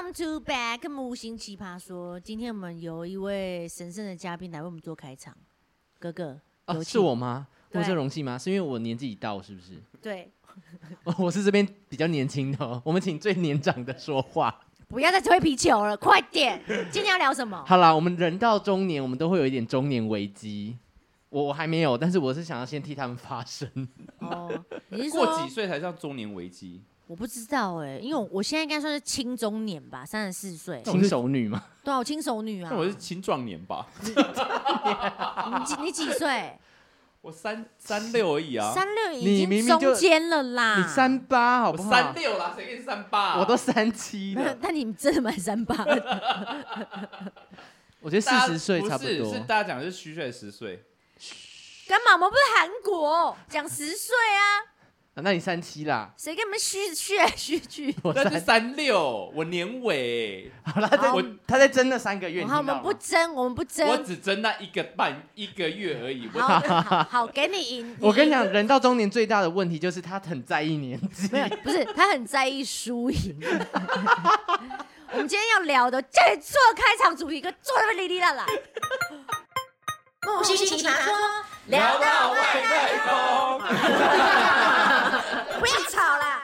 Welcome to back 木星奇葩说。今天我们有一位神圣的嘉宾来为我们做开场，哥哥。 是我吗？我是荣幸吗？是因为我年纪已到，是不是？ 对， 我是这边比较年轻的哦。我们请最年长的说话。 不要再吹皮球了，快点！今天要聊什么？ 好啦，我们人到中年，我们都会有一点中年危机。我还没有，但是我是想要先替他们发声。 哦，你是说过几岁才叫中年危机？ 我不知道因为我现在应该算是青中年吧，34岁。 轻熟女吗？ 对啊，我轻熟女啊。 那我是青壮年吧？ 你几岁？ 我36而已啊。 36已经中间了啦。 你38好不好？ 我36啦，谁跟你38？ 我都37了。 但你真的蛮38的。 我觉得40岁差不多。 是大家讲的是虚岁10岁。 干嘛？我们不是韩国讲10岁啊？ 那你37啦？ 谁跟你们虚来虚去？ 那是36，我年尾。 好啦，他在争那3个月。 好，我们不争， 我只争那1个月而已。 好，给你赢。 我跟你讲，人到中年最大的问题就是他很在意年纪。 没有，不是他很在意输赢。我们今天要聊的，叫你做开场主题，跟做那么哩哩啦啦。木星奇葩说， 聊到外太空。 不要吵啦！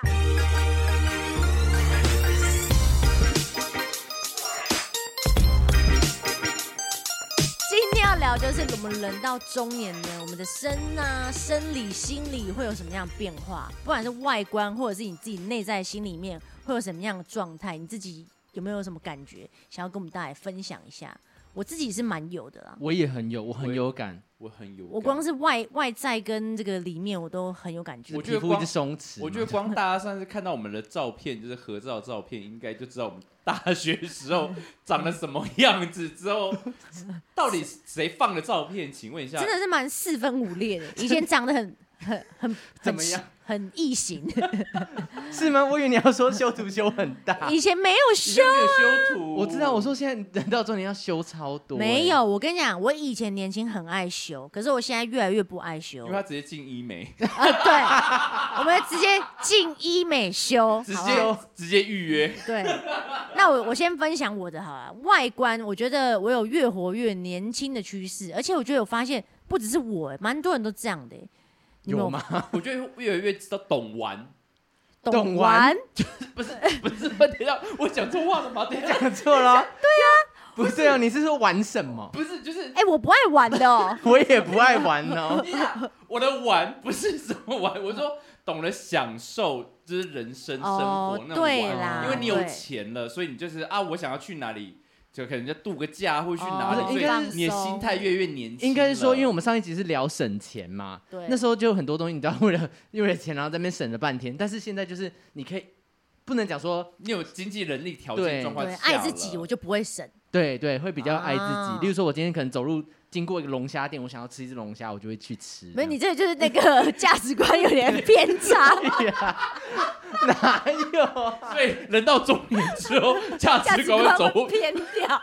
今天要聊就是我们人到中年呢，我们的生理、心理会有什么样的变化？不管是外观，或者是你自己内在心里面会有什么样的状态？你自己有没有什么感觉，想要跟我们大家分享一下？我自己是蛮有的啦， 我也很有，我很有感， 我光是外在跟这个里面我都很有感觉。 我觉得皮肤一直松弛。 我觉得光大家上次看到我们的照片，就是合照照片，应该就知道我们大学时候长得什么样子。之后到底谁放的照片？请问一下， 真的是蛮4分5裂的。以前长得很怎么样？ 很异形。 是吗？我以为你要说修图修很大。 以前没有修没有修图。 我知道，我说现在人到中年要修超多。 没有，我跟你讲，我以前年轻很爱修，可是我现在越来越不爱修。 因为他直接进医美。 对，我们直接进医美修， 直接预约。 对，那我先分享我的好了。外观，我觉得我有越活越年轻的趋势，而且我觉得我发现不只是我，蛮多人都这样的。 有吗？ 我觉得越来越知道懂玩。 懂玩？ 不是，等一下，我讲错话了吗？等一下讲错了。对啊，不是哦，你是说玩什么？ 不是，就是我不爱玩的哦。 我也不爱玩哦。 我的玩不是什么玩，我说懂得享受，就是人生生活那种玩。 对啦， 因为你有钱了，所以你就是我想要去哪里。就可能就度个假，或去哪里，所以你的心态越来越年轻。 应该是说，因为我们上一集是聊省钱嘛， 对， 那时候就有很多东西，你都要为了钱，然后在那边省了半天。但是现在就是你可以不能讲说你有经济能力条件状况下， 爱自己我就不会省。 对，会比较爱自己。例如说，我今天可能走路经过一个龙虾店，我想要吃一只龙虾，我就会去吃。 没，你这就是那个价值观有点偏差。 哪有？ 所以人到中年之后，价值观会走偏掉。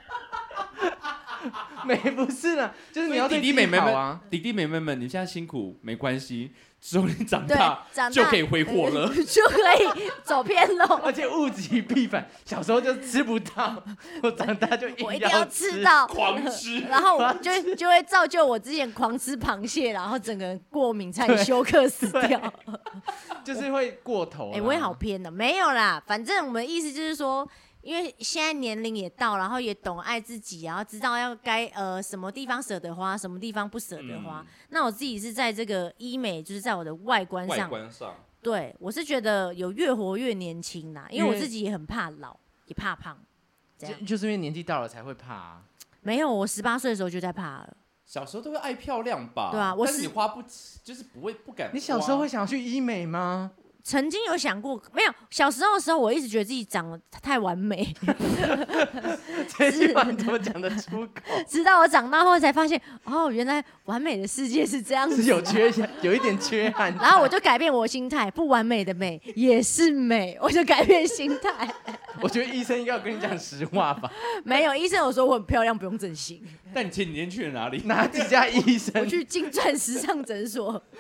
不是啦，就是你要对弟弟妹妹们， 弟弟妹妹们，你现在辛苦没关系，之后你长大就可以挥霍了， 就可以走偏路。 而且物极必反，小时候就吃不到，我长大就我一定要吃到， 狂吃， 然后我就会造就我之前狂吃螃蟹，然后整个人过敏，差点休克死掉。 就是会过头。 我也好偏的，没有啦，反正我们的意思就是说。因为现在年龄也到，然后也懂爱自己，然后知道该什么地方舍得花，什么地方不舍得花。那我自己是在这个医美，就是在我的外观上，对我是觉得有越活越年轻啦，因为我自己也很怕老，也怕胖， 就是因为年纪到了才会怕啊。 没有，我18岁的时候就在怕了。 小时候都会爱漂亮吧？ 对啊， 但是你花不起，就是不敢花。 你小时候会想要去医美吗？ 曾经有想过，没有。小时候的时候，我一直觉得自己长得太完美。 这句话怎么讲得出口？ 直到我长大后才发现，原来完美的世界是这样子， 是有一点缺憾。 然后我就改变我心态，不完美的美也是美，我就改变心态。 我觉得医生应该要跟你讲实话吧？ 没有，医生有说我很漂亮，不用整形。 但你前几天去了哪里？ 哪几家医生？ 我去金钻时尚诊所。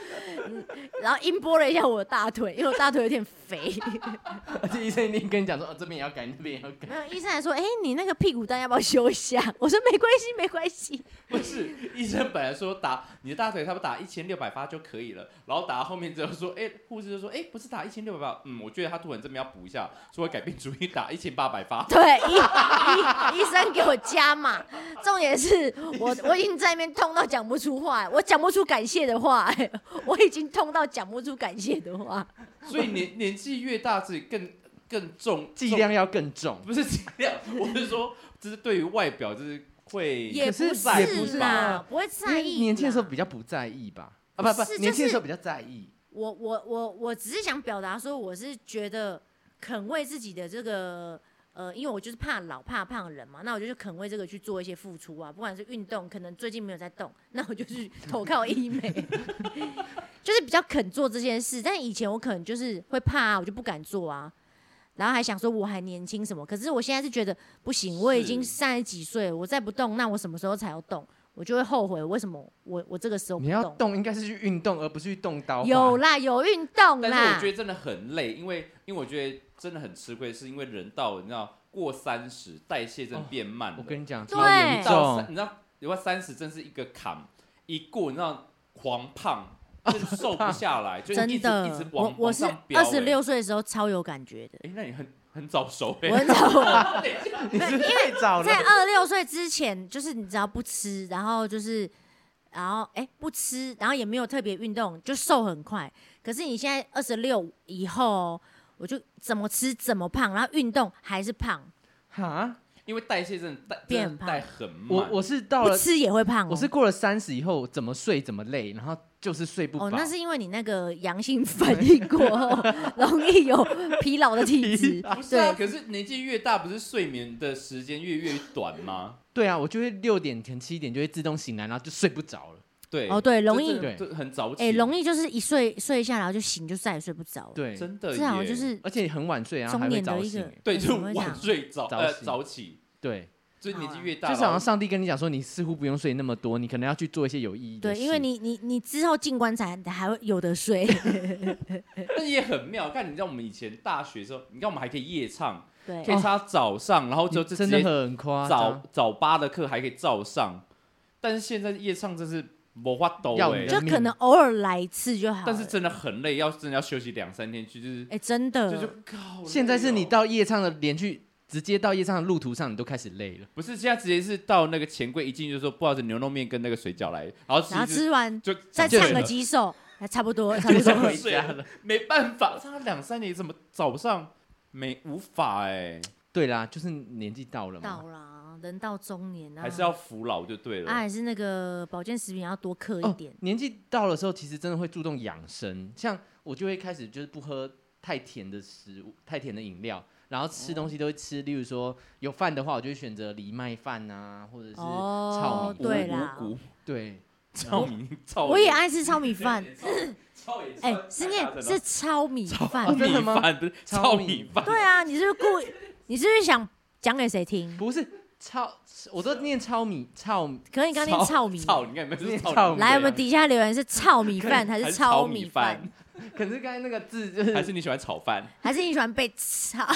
然后音波了一下我的大腿，因为我大腿有点肥。 而且医生一定跟你讲说，这边也要改，那边也要改。 没有，医生还说，你那个屁股蛋要不要修一下？我说没关系，没关系。 不是，医生本来说打你的大腿，他们打1600发就可以了，然后打到后面之后说，护士就说，不是打1600发，我觉得他突然这边要补一下，所以我改变主意打1800发。 对，医生给我加码，重点是我已经在那边痛到讲不出话，我讲不出感谢的话，我已经痛到讲不出感谢的话。 所以年纪越大，自己更重， 剂量要更重。 不是剂量，我是说，就是对于外表就是会， 也不也不是啦，不会在意。 年轻的时候比较不在意吧？不，年轻的时候比较在意。 我只是想表达说，我是觉得肯为自己的这个。因为我就是怕老怕胖的人嘛，那我就肯为这个去做一些付出啊，不管是运动，可能最近没有在动，那我就去投靠医美，就是比较肯做这件事。但以前我可能就是会怕啊，我就不敢做啊，然后还想说我还年轻什么，可是我现在是觉得不行，我已经30几岁了，我再不动，那我什么时候才要动？我就会后悔，为什么我这个时候不动？ 你要动应该是去运动，而不是去动刀。 有啦，有运动啦。 但是我觉得真的很累，因为我觉得真的很吃亏，是因为人到你知道过30，代谢真的变慢了。 我跟你讲， 对超严重。 你知道，如果30真是一个坎，一过你知道狂胖，就是瘦不下来，就真的。 一直往我是上飙。 26岁的时候超有感觉的。 那你很早熟我很早， 你是太早了。 在26岁之前，就是你只要不吃，然后不吃，然后也没有特别运动，就瘦很快。可是你现在26以后，我就怎么吃怎么胖，然后运动还是胖。 哈？ 因为代谢真的变胖， 很慢。 我是到了不吃也会胖。 我是过了30以后，怎么睡怎么累，然后就是睡不饱。 那是因为你那个阳性反应过后，容易有疲劳的体质。 不是啊，可是年纪越大，不是睡眠的时间越短吗？ 对啊，我就会6点前7点就会自动醒来，然后就睡不着了。 对， 对，容易就很早起。 容易就是一睡一下，然后就醒，就再也睡不着了。 对， 真的耶， 这好像就是而且很晚睡，然后还会早醒。 对，就晚睡早起。 对。 所以年纪越大， 就是好像上帝跟你讲说，你似乎不用睡那么多，你可能要去做一些有意义的事。 对，因为你之后进棺材还会有得睡。 但也很妙，看你知道我们以前大学的时候，你看我们还可以夜唱， 对， 可以插早上，然后就真的很夸张， 早8的课还可以照上，但是现在夜唱真是没法度就可能偶尔来一次就好。 但是真的很累，真的要休息2-3天去，就是真的， 就现在是你到夜唱的连续。直接到夜唱的路途上，你都开始累了。 不是，现在直接是到那个钱柜一进就说，不好意思，牛肉面跟那个水饺来，然后吃完就再唱个几首，差不多回家了。没办法，唱2-3年怎么早上无法对啦，就是年纪到了嘛。 到啦，人到中年啊， 还是要服老就对了。 还是那个保健食品要多克一点。 年纪到的时候，其实真的会注重养生，像我就会开始就是不喝太甜的食物、太甜的饮料。然后吃东西都会吃，例如说有饭的话，我就会选择藜麦饭啊，或者是糙米、 对啦， 对， 糙米， 我也爱吃糙米饭。是念是糙米饭， 真的吗？ 不是糙米饭。 对啊，你是不是想讲给谁听？ 不是我都念糙米。 可是你刚念糙米， 你看有没有是糙米？ 来，我们底下留言是糙米饭还是糙米饭？ 可是刚才那个字就是， 还是你喜欢炒饭， 还是你喜欢被炒？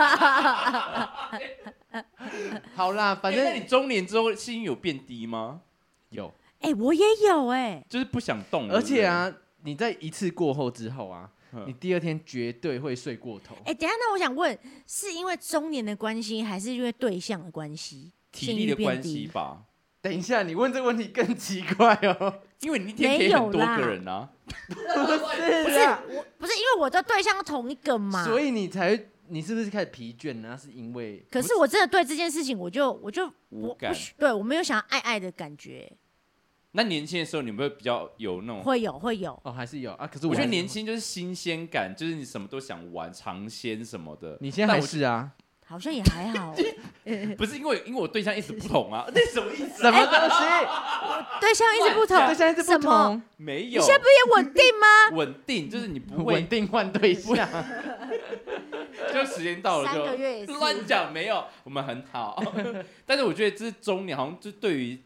好啦，反正那你中年之后性欲有变低吗？ 有， 我也有就是不想动。 而且啊，你在一次过后之后啊，你第2天绝对会睡过头。 等一下，那我想问，是因为中年的关系，还是因为对象的关系？ 体力的关系吧。 等一下，你问这个问题更奇怪哦， 因为你一天可以很多个人啊。 不是因为我的对象同一个嘛， 所以你是不是开始疲倦呢？是因为？ 可是我真的对这件事情，我无感， 对我没有想要爱的感觉。 那年轻的时候，你们会比较有那种？ 会有哦，还是有啊。可是我觉得年轻就是新鲜感，就是你什么都想玩，尝鲜什么的。 你现在还是啊？ 好像也还好， 不是因为我对象一直不同啊，那什么意思？ 什么东西？ 对象一直不同， 对象一直不同， 没有。 你现在不也稳定吗？ 稳定就是你不会稳定换对象， 就时间到了就 3个月乱讲，没有，我们很好。但是我觉得这是中年，好像就对于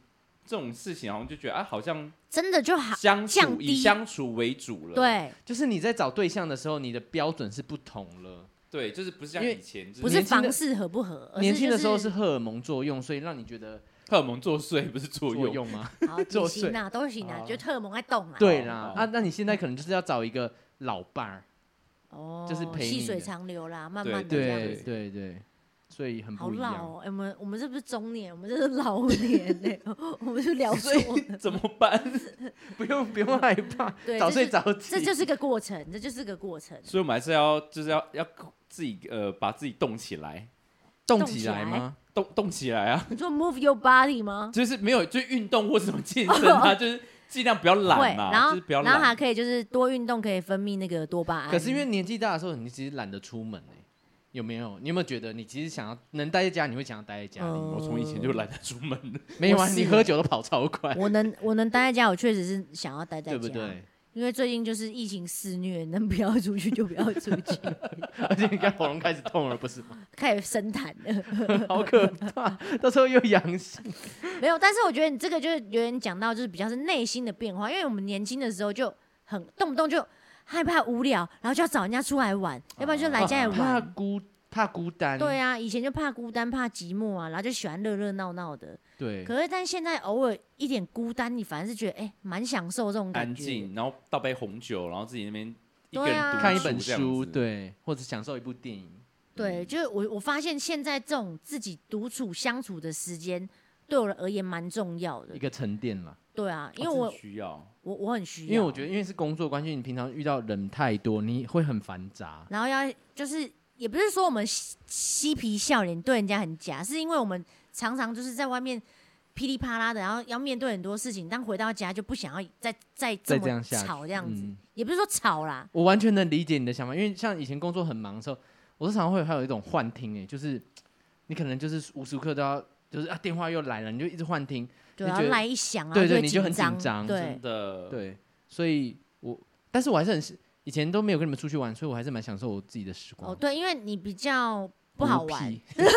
这种事情，好像就觉得啊，好像真的就好以相处为主了。 对， 就是你在找对象的时候，你的标准是不同了。 对，就是不是像以前， 不是房事合不合， 年轻的时候是荷尔蒙作用，所以让你觉得荷尔蒙作祟，不是作用吗？ 好，也行啊，都行啊，就荷尔蒙在动啊。 对啦，那你现在可能就是要找一个老伴儿，就是陪你细水长流啦，慢慢的这样子。 对，所以很不一样。 好老哦，我们这不是中年，我们这是老年呢，我们就聊错了。 怎么办？ 不用害怕，早睡早起， 这就是个过程，这就是个过程。 所以我们还是要自己把自己动起来， 动起来吗？ 动起来啊！ 你说 move your body 吗？ 就是没有，就运动或什么健身啊，就是尽量不要懒嘛， 然后就是不要懒， 然后还可以就是多运动，可以分泌那个多巴胺。 可是因为年纪大的时候，你其实懒得出门有没有？你有没有觉得你其实能待在家，你会想要待在家里？ 我从以前就懒得出门了。 没有啊，你喝酒都跑超快。 我能待在家，我确实是想要待在家， 对不对？ 因为最近就是疫情肆虐，能不要出去就不要出去。 而且你看喉咙开始痛了，不是吗？ 开始生痰了， 好可怕！到时候又阳性。 没有，但是我觉得你这个就是有点讲到，就是比较是内心的变化，因为我们年轻的时候就很动不动就害怕无聊，然后就要找人家出来玩，要不然就来家里玩。 怕孤单。 对啊，以前就怕孤单、怕寂寞啊，然后就喜欢热热闹闹的。 对。 可是，但现在偶尔一点孤单，你反而是觉得蛮享受这种感觉。 安静，然后倒杯红酒，然后自己那边一个人读看一本书，对，或者享受一部电影。 对，就是我发现现在这种自己独处相处的时间，对我而言蛮重要的。 一个沉淀啦。 对啊，因为我需要， 我很需要， 因为我觉得因为是工作关系，你平常遇到人太多，你会很繁杂， 然后就是也不是说我们嬉皮笑脸对人家很假，是因为我们常常就是在外面噼里啪啦的，然后要面对很多事情，但回到家就不想要再这么吵这样子，也不是说吵啦。 我完全能理解你的想法，因为像以前工作很忙的时候，我常常会有一种幻听，就是你可能就是无时无刻都要，就是电话又来了，你就一直幻听， 对，然后来一响啊， 对，你就很紧张， 真的， 对，所以但是我还是以前都没有跟你们出去玩，所以我还是蛮享受我自己的时光。 对，因为你比较不好玩。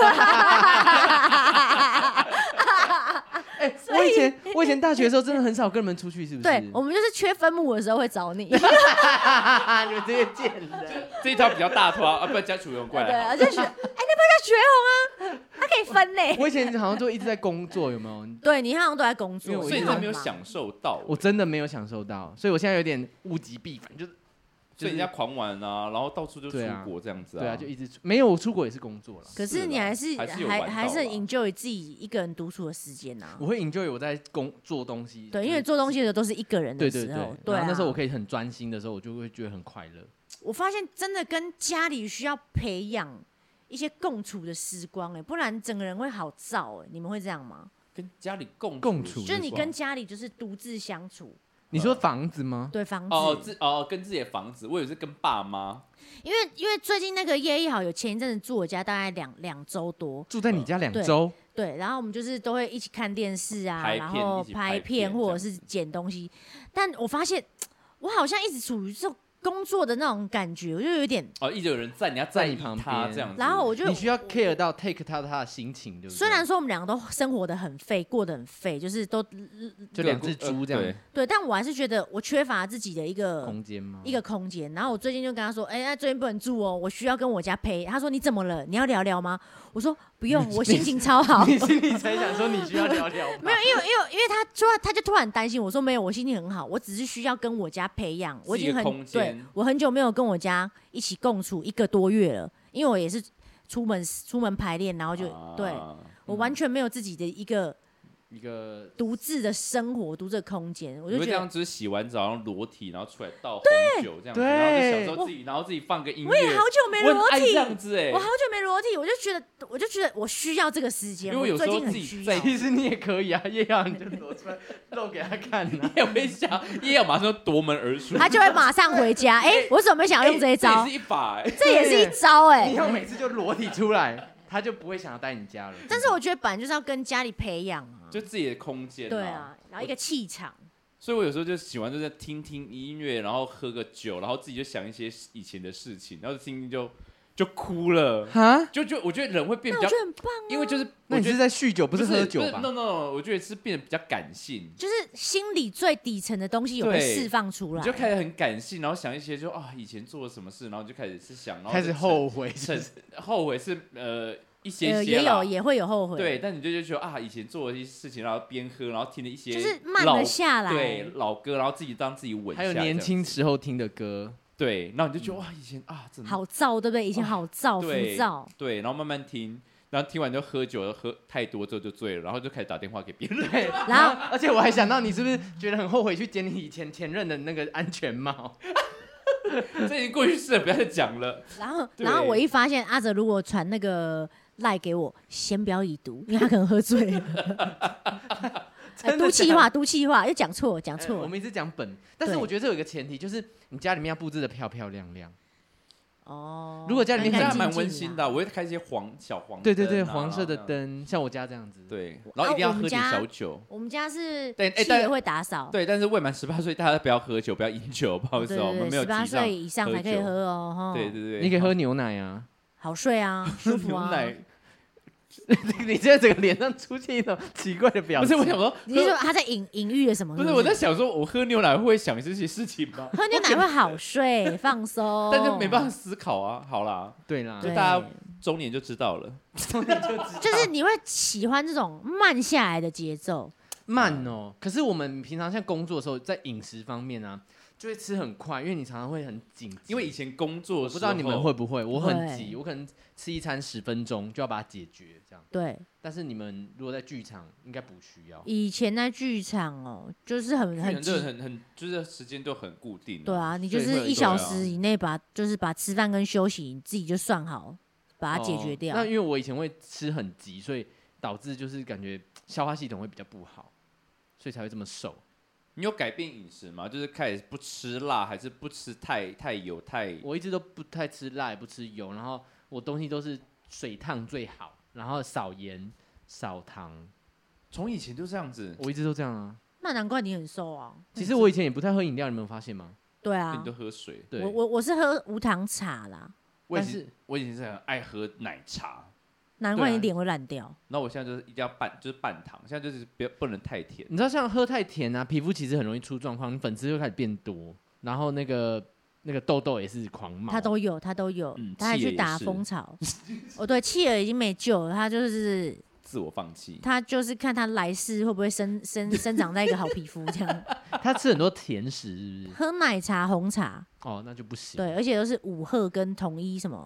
我以前大学的时候真的很少跟你们出去，是不是？ 对，我们就是缺分母的时候会找你。你们这些贱人， 这一条比较大条啊，不然加楚勇过来。 对，而且那不叫绝红啊，它可以分呢。 我以前好像就一直在工作，有没有？ 对，你好像都在工作， 所以你没有享受到。 我真的没有享受到，所以我现在有点物极必反，就是。 所以人家狂玩啊，然后到处就出国这样子啊。 对啊，就一直没有，我出国也是工作了。 可是你还是很 enjoy 自己一个人独处的时间啊。 我会 enjoy 我在做东西。 对，因为做东西的时候都是一个人的时候。 对，然后那时候我可以很专心的时候，我就会觉得很快乐。 我发现真的跟家里需要培养一些共处的时光，不然整个人会好燥。你们会这样吗？ 跟家里共处， 就是你跟家里就是独自相处。 你说房子吗？ 对，房子。 跟自己的房子，我以为是跟爸妈。 因为最近那个叶一豪有前一阵子住我家，大概两周多。 住在你家2周？ 对，然后我们就是都会一起看电视啊，然后拍片或者是剪东西。但我发现我好像一直处于这种工作的那种感觉，我就有点一直有人在，你要在你旁边这样子。 然后我就你需要 care 到 take 他的心情，对不对？ 虽然说我们两个都生活的很废，过得很废，就是都就2只猪这样。 对，但我还是觉得我缺乏自己的一个空间吗？ 一个空间。然后我最近就跟他说，那最近不能住哦，我需要跟我家陪。他说你怎么了？你要聊聊吗？我说不用，我心情超好。 你心里才想说你需要聊聊吗？ 没有，因为他就突然担心。我说没有，我心情很好，我只是需要跟我家培养。我已经我很久没有跟我家一起共处1个多月了，因为我也是出门排练，然后就对我完全没有自己的一个独自的生活，独自的空间。我就觉得这样，就是洗完澡然后裸体，然后出来倒红酒这样子，然后就享受自己，然后自己放个音乐。 我也好久没裸体， 这样子我好久没裸体，我就觉得我需要这个时间。 因为有时候自己在， 其实你也可以啊，叶耀你就裸出来露给他看啊。 叶耀没想，叶耀马上夺门而出， 他就会马上回家。我怎么没想要用这一招？ 这也是一把， 这也是一招你要每次就裸体出来。他就不会想要待你家了。 但是我觉得本来就是要跟家里培养啊， 就自己的空间。 对啊，然后一个气场。 所以我有时候就喜欢就是听音乐，然后喝个酒，然后自己就想一些以前的事情，然后听就就哭了。 哈， 就我觉得人会变那比较， 我觉得很棒啊， 因为就是那你是在酗酒，不不是喝酒吧？ ？No， 我觉得是变得比较感性。 就是心里最底层的东西有被释放出来， 你就开始很感性，然后想一些以前做了什么事，然后就开始是想，然后开始后悔， 后悔是一些也会有后悔， 对，但你就觉得以前做了一些事情，然后边喝，然后听了一些就是慢了下来， 对老歌，然后自己让自己稳下， 还有年轻时候听的歌， 对，然后你就觉得以前真的好燥，对不对？以前好燥，浮躁， 对，然后慢慢听。然后听完就喝酒了，喝太多之后就醉了，然后就开始打电话给别人。 对， 然后而且我还想到你是不是觉得很后悔去捡你以前前任的那个安全帽？ 这已经过去式了，不要再讲了。 然后我一发现阿哲如果传那个赖给我，先不要已读，因为他可能喝醉了。都气话，又讲错。 我们一直讲本，但是我觉得这有一个前提，就是你家里面要布置的漂漂亮亮。 哦， 如果家里面还蛮温馨的，我会开一些小黄灯， 对，黄色的灯，像我家这样子。 对，然后一定要喝点小酒。 我们家是企业会打扫， 对，但是未满18岁，大家不要喝酒，不要饮酒，不好意思我们没有 18岁以上才可以喝哦。 对， 你可以喝牛奶啊， 好睡啊，舒服啊。 牛奶。 你现在整个脸上出现一种奇怪的表情。 不是，我想说， 你是说他在隐喻了什么？ 不是，我在想说，我喝牛奶会想这些事情吗？ 喝牛奶会好睡、放松， 但是没办法思考啊。好啦， 对啦， 就大家中年就知道了， 就是你会喜欢这种慢下来的节奏。 慢哦，可是我们平常像工作的时候，在饮食方面啊，就会吃很快，因为你常常会很紧， 因为以前工作的时候， 我不知道你们会不会，我很急，我可能吃一餐10分钟就要把它解决，这样。 对。 但是你们如果在剧场，应该不需要。 以前在剧场就是很就是时间都很固定。 对啊，你就是1小时以内把吃饭跟休息你自己就算好，把它解决掉。 那因为我以前会吃很急，所以导致就是感觉消化系统会比较不好，所以才会这么瘦。 你有改变饮食吗？就是开始不吃辣，还是不吃太油太？ 我一直都不太吃辣，也不吃油，然后我东西都是水烫最好，然后少盐少糖。 从以前就这样子， 我一直都这样啊。 那难怪你很瘦啊。 其实我以前也不太喝饮料，你们有发现吗？ 对啊， 你都喝水。 对， 我是喝无糖茶啦。 我以前是很爱喝奶茶。 难怪你脸会烂掉。 那我现在就是一定要半糖，现在就是不能太甜。 你知道像喝太甜啊，皮肤其实很容易出状况，你粉刺就开始变多，然后那个痘痘也是狂冒。 他都有，他还去打蜂巢。对，企鹅已经没救了，他就是自我放弃。 他就是看他来世会不会生长在一个好皮肤这样。 他吃很多甜食是不是？ 喝奶茶、红茶。 那就不行。 对，而且都是5鹤跟统一什么。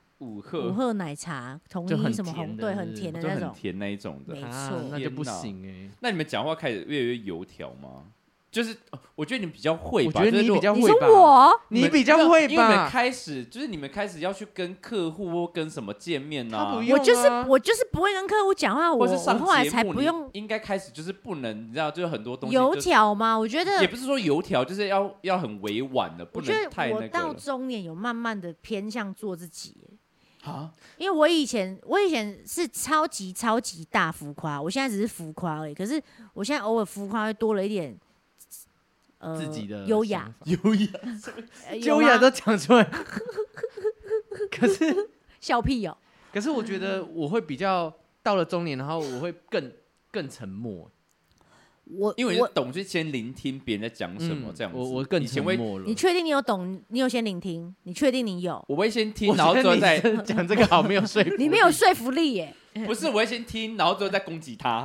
5 鹤奶茶，统一什么红，对，很甜的那种， 很甜那一种的， 没错， 那就不行哎。 那你们讲话开始越来越油条吗？就是我觉得你们比较会吧， 我觉得你比较会吧。 你说我， 你比较会吧？ 因为你们开始要去跟客户或跟什么见面啊。 我就是不会跟客户讲话，我后来才不用。 应该开始就是不能，你知道，就是很多东西油条吗？我觉得也不是说油条，就是要很委婉的，不能太那个。 我到中年有慢慢的偏向做自己。 啊， 因为我以前是超级大浮夸，我现在只是浮夸而已。可是我现在偶尔浮夸会多了一点， 自己的优雅， 优雅都讲出来。可是笑屁哦。 可是我觉得我会比较到了中年，然后我会更沉默。 因为你懂去先聆听别人在讲什么，这样子。 我更沉默了。 你确定你有懂？你有先聆听？你确定你有？ 我会先听，然后之后再讲这个好没有说服力。 你没有说服力耶。 不是，我会先听，然后之后再攻击他。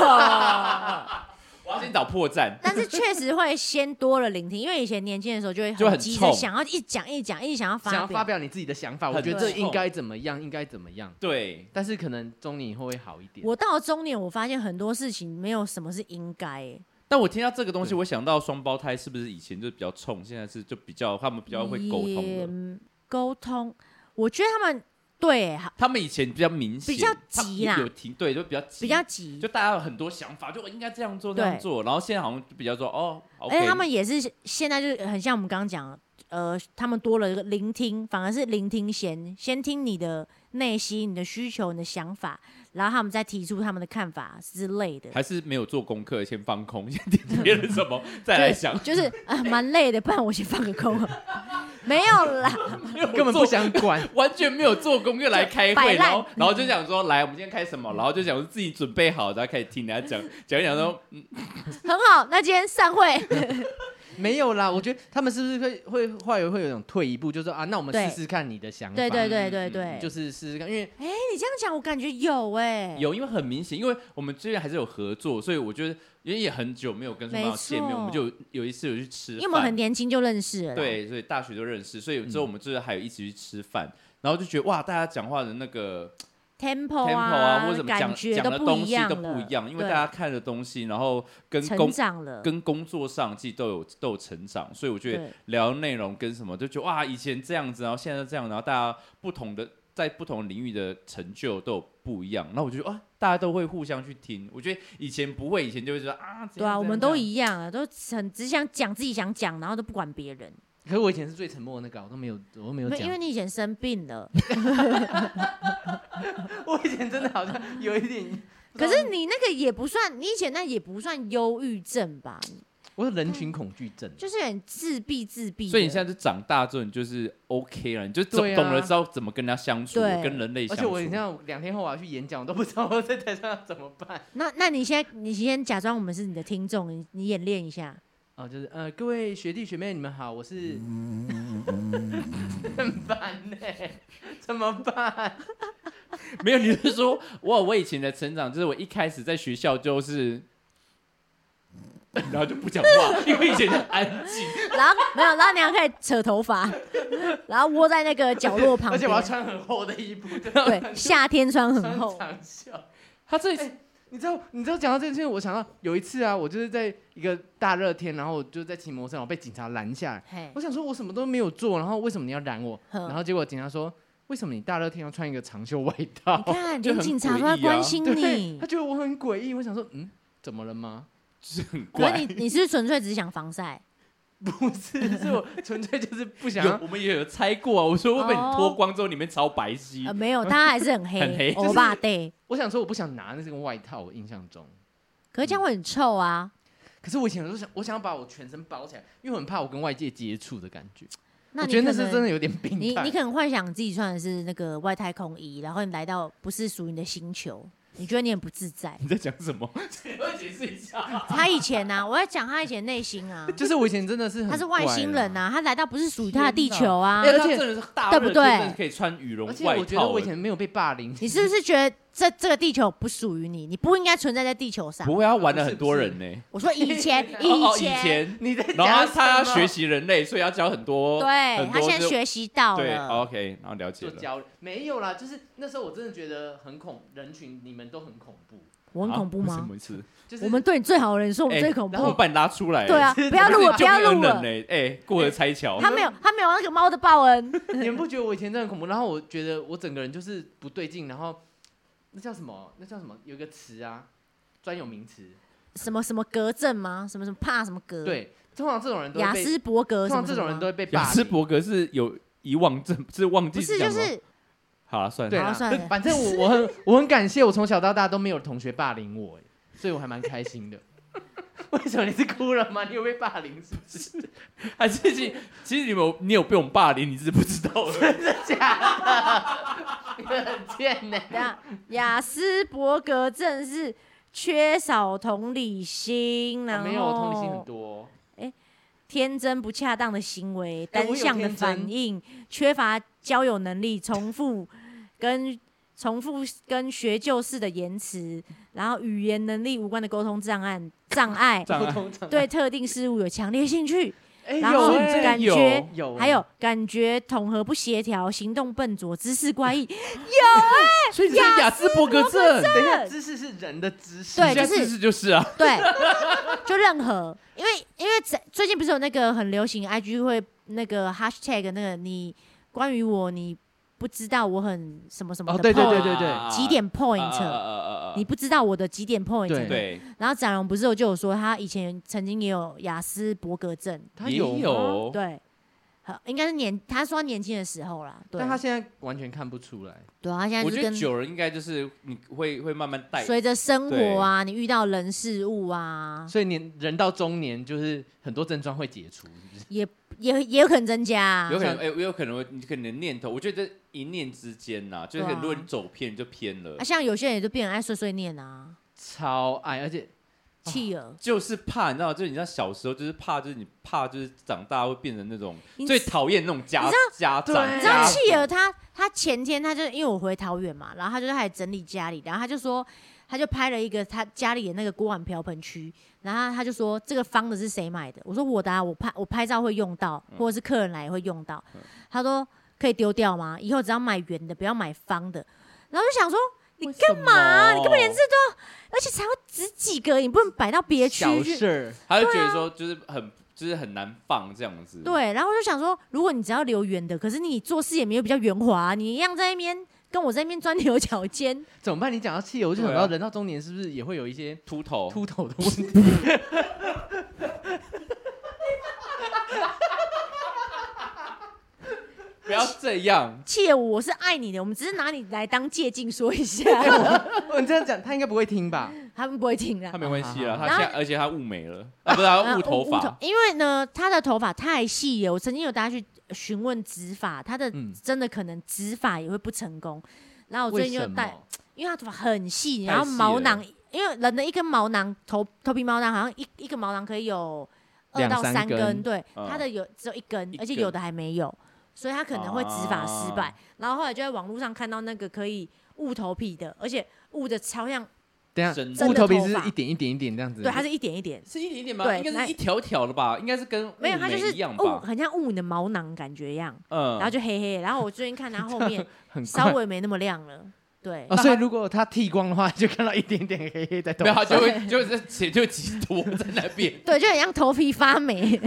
我要先找破绽。 但是确实会先多了聆听，因为以前年轻的时候就会很急着想要一直想要发表你自己的想法。我觉得这应该怎么样，应该怎么样。 对， 但是可能中年以后会好一点。 我到了中年，我发现很多事情没有什么是应该。 但我听到这个东西，我想到双胞胎是不是以前就比较冲，现在是就他们比较会沟通的。 沟通，我觉得他们。对， 他们以前比较明显， 比较急啦， 有停，对，就比较急，就大家有很多想法，就应该这样做，然后现在好像就比较说而且他们也是现在就很像我们刚刚讲， 他们多了一个聆听，反而是聆听先听你的内心、你的需求、你的想法，然后他们再提出他们的看法之类的。 还是没有做功课，先放空，先听别人什么，再来想。 就是蛮累的，不然我先放个空。没有啦， 根本不想管， 完全没有做功课来开会， 摆烂然后就想说，来，我们今天开什么？然后就想说自己准备好，然后开始听人家讲一讲说， 很好。那今天散会。 没有啦。我觉得他们是不是会后来会有一种退一步，就是说啊，那我们试试看你的想法。 对， 就是试试看，因为你这样讲，我感觉有有，因为很明显，因为我们最近还是有合作，所以我觉得因为也很久没有跟双方见面，我们就有一次有去吃饭， 因为我们很年轻就认识了， 对，所以大学就认识，所以之后我们就是还有一起去吃饭，然后就觉得哇，大家讲话的那个 tempo 啊，或者怎么讲的东西都不一样，因为大家看的东西，然后跟工作上其实都有成长，所以我觉得聊内容跟什么就觉得哇，以前这样子，然后现在这样，然后大家在不同领域的成就都有不一样，然后我就觉得大家都会互相去听。我觉得以前不会，以前就会说对啊，我们都一样啊，都只想讲自己想讲，然后都不管别人。 可是我以前是最沉默的那个，我都没有讲， 因为你以前生病了。 我以前真的好像有一点， 可是你那个也不算，你以前那也不算忧郁症吧？ 我有人群恐惧症， 就是很自闭。 所以你现在就长大之后，你就是 OK 了，你就懂了知道怎么跟人家相处，跟人类相处。 而且我像2天后我要去演讲，我都不知道我在台上要怎么办。 那你先假装我们是你的听众，你演练一下。 就是各位学弟学妹你们好，我是很烦怎么办？ 没有，你是说我以前的成长，就是我一开始在学校就是。然后就不讲话，因为以前很安静。 然后没有，然后你要开始扯头发，然后窝在那个角落旁边。 而且我要穿很厚的衣服。 对，夏天穿很厚。 长袖。 他这你知道讲到这件事情，我想到有一次啊，我就是在一个大热天，然后我就在骑摩托车，我被警察拦下来。我想说，我什么都没有做，然后为什么你要拦我？然后结果警察说，为什么你大热天要穿一个长袖外套？ 你看，连警察都在关心你。 他觉得我很诡异，我想说，怎么了吗？ 就是很怪。 可是你是不是纯粹只想防晒？ 不是，是我纯粹就是不想。 我们也有猜过啊，我说会不会你脱光之后里面超白皙？ 没有，它还是很黑， 很黑。 欧巴对。 我想说，我不想拿那是个外套，我印象中。 可是这样会很臭啊。 可是我以前我想要把我全身包起来，因为我很怕我跟外界接触的感觉。 那我觉得那是真的有点病态。 你可能幻想自己穿的是那个外太空衣，然后你来到不是属于你的星球。你觉得你很不自在？ 你在讲什么？我解释一下。 他以前我在讲他以前内心啊， 就是我以前真的是很他是外星人啊，他来到不是属于他的地球啊， 而且真的是大热天，对不对？可以穿羽绒外套。 而且我觉得我以前没有被霸凌。 你是不是觉得这个地球不属于你？你不应该存在在地球上？ 不会，他玩了很多人呢。 我说以前， 你在然后他要学习人类，所以要教很多。 对，他现在学习到了。 对 ，OK， 然后了解了。 做教没有啦，就是那时候我真的觉得人群你们都很恐怖。 我很恐怖吗？ 什么意思？ 就是我们对你最好的人说我们最恐怖， 然后我把你拉出来。 对啊，不要录了，不要录了。 过河拆桥。 他没有那个猫的报恩。 你们不觉得我以前真的很恐怖？然后我觉得我整个人就是不对劲，然后那叫什么？有一个词啊，专有名词。 什么格症吗？什么怕什么格？ 对，通常这种人都会被雅斯伯格， 通常这种人都会被霸凌。 雅斯伯格是有遗忘症，是忘记。 不是就是。 好了，算了。 对啦，算了。反正我很感谢，我从小到大都没有同学霸凌我，所以我还蛮开心的。为什么你是哭了吗？你有被霸凌是不是？ 还是其实你有被我们霸凌，你只是不知道。 真的假的？你很贱呢。 雅斯伯格症是缺少同理心，然后没有同理心很多。 天真不恰当的行为，单向的反应，缺乏交友能力，重复跟学究式的言辞，然后语言能力无关的沟通障碍，对特定事物有强烈兴趣，然后感觉还有感觉统合不协调，行动笨拙，姿势怪异， 所以这是雅斯伯格症。 等一下，姿势是人的姿势， 对， 姿势就是啊， 对，就任何，因为最近不是有那个很流行 IG 会那个 hashtag 那个你关于我你不知道我很什么什么的 point， 对，几点 point，你不知道我的几点 point， 对。 然后展荣不是就有说他以前曾经也有雅斯伯格症， 他有， 对， 应该是他说年轻的时候啦，对。 但他现在完全看不出来。 对啊，他现在我觉得久了应该就是你会慢慢带， 随着生活啊，你遇到人事物啊， 所以你人到中年就是很多症状会解除，是不是？ 也有可能增加啊， 有可能有可能你可能念头，我觉得一念之间呐，就是很多人走偏就偏了。 像有些人也就变成爱碎碎念啊， 超爱，而且。 气儿就是怕，你知道，就是你知道小时候就是怕，就是你怕就是长大会变成那种最讨厌那种家长。 你知道气儿他前天他就因为我回桃园嘛，然后他就开始整理家里，然后他就说他就拍了一个他家里的那个锅碗瓢盆区，然后他就说这个方的是谁买的？我说我的啊，我拍照会用到，或者是客人来也会用到。他说可以丢掉吗？以后只要买圆的，不要买方的。然后就想说。你干嘛啊？你根本连这都，而且才会只几个，你不能摆到别区。 小事， 他就觉得说就是很难放这样子。 对，然后我就想说，如果你只要留圆的，可是你做事也没有比较圆滑，你一样在那边跟我在那边钻牛角尖， 怎么办？你讲到气，我就想到人到中年是不是也会有一些秃头的问题？ 不要这样， 切，我是爱你的，我们只是拿你来当借镜说一下。 我这样讲，他应该不会听吧？ 他们不会听的， 他没关系啦。他现在，而且他雾眉了，不是他雾头发。 因为呢，他的头发太细了，我曾经有大家去询问植发，他的真的可能植发也会不成功。然后我最近就带，因为他头发很细，然后毛囊，因为人的一根毛囊，头皮毛囊好像一个毛囊可以有2到3根，对，他的只有1根，而且有的还没有。所以他可能会植发失败，然后后来就在网络上看到那个可以雾头皮的，而且雾的超像。 等一下，雾头皮是一点一点一点这样子。 对，它是一点一点。 是一点一点吗？对，应该是一条条的吧？应该是跟没有，它就是一样吧？ 很像雾你的毛囊感觉一样。然后就黑黑。然后我最近看它后面稍微没那么亮了。对。 所以如果它剃光的话，就看到一点点黑黑在头发。没有，就是血就挤多在那边。 对，就很像头皮发霉。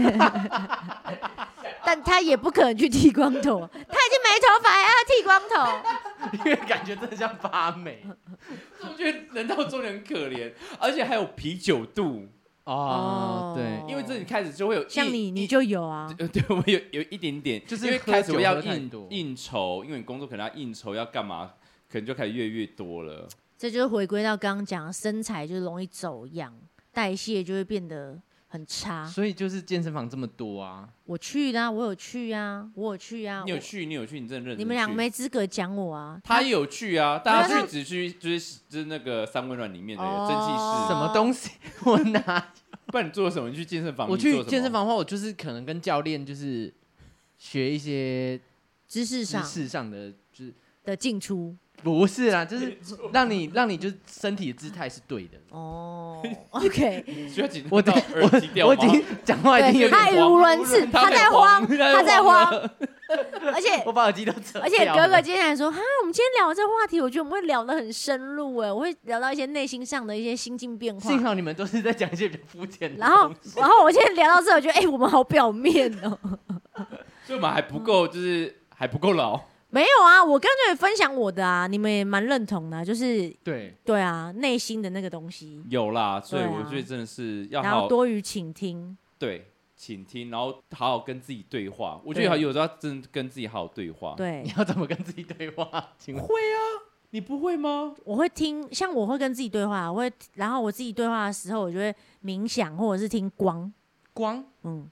但他也不可能去剃光头，他已经没头发还要剃光头， 因为感觉真的像发霉。 我觉得人到中年很可怜，而且还有啤酒肚哦，对， 因为这里开始就会有像你就有啊， 对，我有一点点， 就是因为开始要应酬，因为你工作可能要应酬要干嘛，可能就开始越多了。 这就是回归到刚刚讲，身材就容易走样，代谢就会变得很差， 所以就是健身房这么多啊。 我去的啊，我有去啊。 你有去，你真的认真去。 你们两个没资格讲我啊。 他也有去啊，大家只去就是那个3温暖里面的蒸汽室。 什么东西？我哪？ 不然你做了什么？你去健身房？ 我去健身房的话，我就是可能跟教练就是学一些知识上的就是的进出。 不是啦，就是让你就是身体的姿态是对的。 哦 ，OK， 需要紧张到耳机掉吗？ 我已经讲话已经有点他语无伦次，他在慌，而且我把耳机都扯掉了。 而且哥哥今天还说，哈，我们今天聊这个话题，我觉得我们会聊得很深入哎，我会聊到一些内心上的一些心境变化。 幸好你们都是在讲一些比较肤浅的。 然后我今天聊到这，我觉得我们好表面哦， 所以我们还不够，就是还不够老。 没有啊，我刚才也分享我的啊，你们也蛮认同的，就是对啊，内心的那个东西有啦，所以我觉得真的是要好， 然后多于倾听， 对，倾听，然后好好跟自己对话。我觉得有时候真的跟自己好好对话。 对， 你要怎么跟自己对话？ 会啊，你不会吗？ 我会听，像我会跟自己对话，然后我自己对话的时候，我就会冥想或者是听光， 光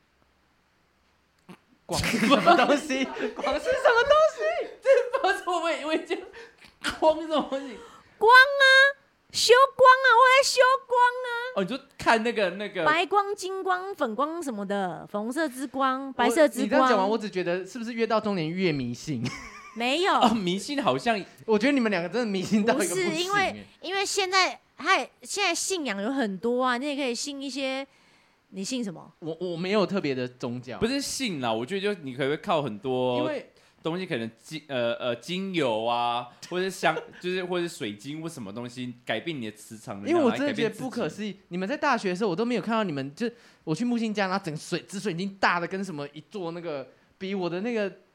是什么东西？光是什么东西？ 这不是我以为光是什么东西？ 光啊，修光啊，我在修光啊。 哦，你就看那个白光、金光、粉光什么的，粉红色之光、白色之光。 你这样讲完，我只觉得是不是越到中年越迷信？ 没有迷信好像， 我觉得你们两个真的迷信到一个不行。 不是因为现在信仰有很多啊，你也可以信一些。你信什么？ 我没有特别的宗教， 不是信啦。我觉得就你可以靠很多，因为东西可能精油啊，或者就是或者水晶或什么东西改变你的磁场。 因为我真的觉得不可思议，你们在大学的时候我都没有看到你们，就我去木星家，然后整个紫水晶大的跟什么一座那个比我的那个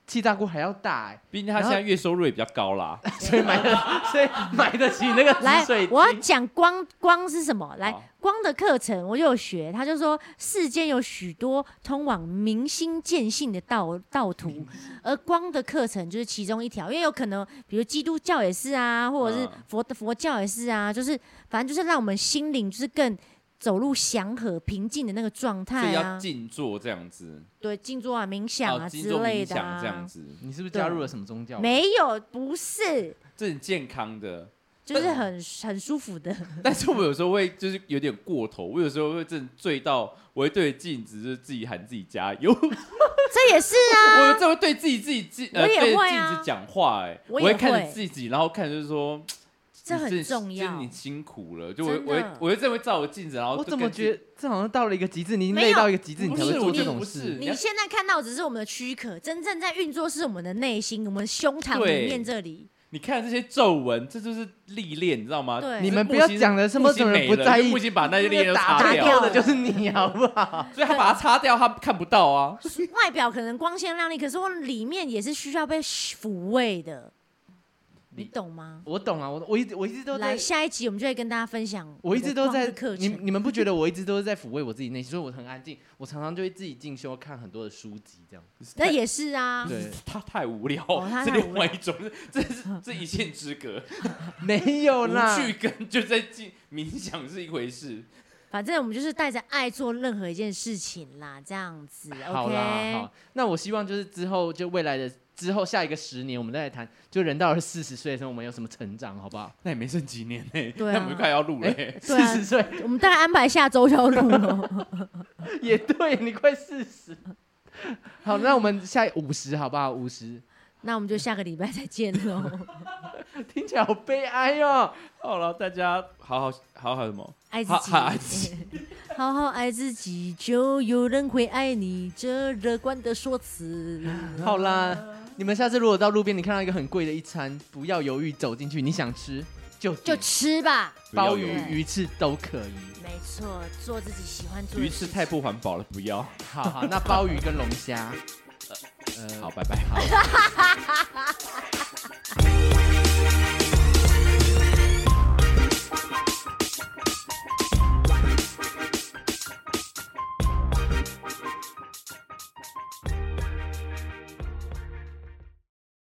气炸锅还要大毕竟他现在月收入也比较高啦， 所以买得起那个紫水晶。 我要讲光是什么？来，光的课程我就有学，他就说世间有许多通往明心见性的道途，而光的课程就是其中一条。因为有可能，比如基督教也是啊，或者是佛教也是啊，就是反正就是让我们心灵就是更走入祥和平静的那个状态啊， 所以要静坐这样子。 对，静坐啊、冥想啊之类的啊。 这样子， 你是不是加入了什么宗教？ 没有，不是， 这很健康的， 就是很舒服的。 但是我有时候会就是有点过头，我有时候会真的醉到，我会对着镜子就是自己喊自己加油。 这也是啊， 我这会对自己对着镜子讲话，我会看着自己，然后看就是说。 这很重要， 就是你辛苦了，就我真的会照我镜子，然后我怎么觉得这好像到了一个极致，你累到一个极致，你才会做这种事。 你现在看到只是我们的躯壳，真正在运作是我们的内心，我们胸膛里面这里。 你看这些皱纹，这就是历练，你知道吗？ 对， 你们不要讲的什么人不在意， 木星把那些历练都擦掉的就是你，好不好？ 所以他把它擦掉，他看不到啊。 外表可能光鲜亮丽，可是我里面也是需要被抚慰的。你懂吗？ 我懂啊，我一直都在。 来，下一集我们就会跟大家分享。 我一直都在你们不觉得我一直都是在抚慰我自己内心，所以我很安静。我常常就会自己进修，看很多的书籍，这样。 那也是啊。 对， 他太无聊，是另外一种，这一线之隔。 没有啦， 无趣跟就在冥想是一回事。 反正我们就是带着爱做任何一件事情啦，这样子。 好啦，好。那我希望就是之后就未来的。之后下一个10年，我们再来谈，就人到了40岁的时候，我们有什么成长，好不好？ 那也没剩几年呢， 对啊， 那我们就快要录了。 40岁， 我们大概安排下周就要录了。 也对，你快40。好，那我们下50好不好？50。 那我们就下个礼拜再见喽。 听起来好悲哀哦。 好了，大家好什么？ 爱自己，好好爱自己，就有人会爱你。这乐观的说辞。 好啦，你们下次如果到路边，你看到一个很贵的一餐，不要犹豫走进去，你想吃就吃吧， 鲍鱼、鱼翅都可以。 没错，做自己喜欢做的。 鱼翅太不环保了，不要。 好，那鲍鱼跟龙虾。 好，拜拜。好。